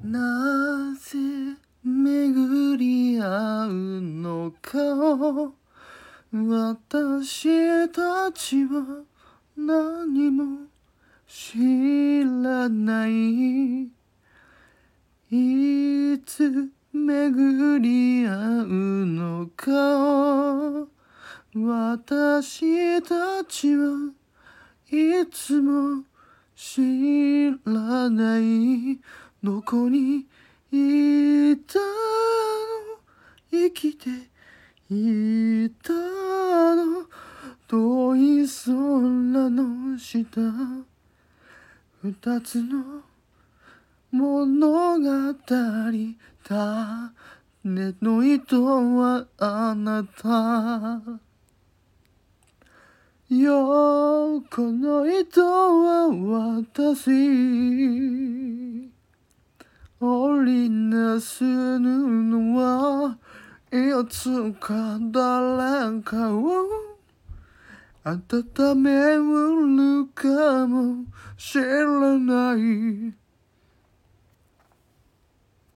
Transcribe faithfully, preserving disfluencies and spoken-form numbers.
なぜ巡り合うのかを私たちは何も知らない。いつ巡り合うのかを私たちはいつも知らない。どこにいたの、生きていたの、遠い空の下、二つの物語、種の糸はあなたよ、この糸は私、織りなす布はいつか誰かを温めうるかもしれない。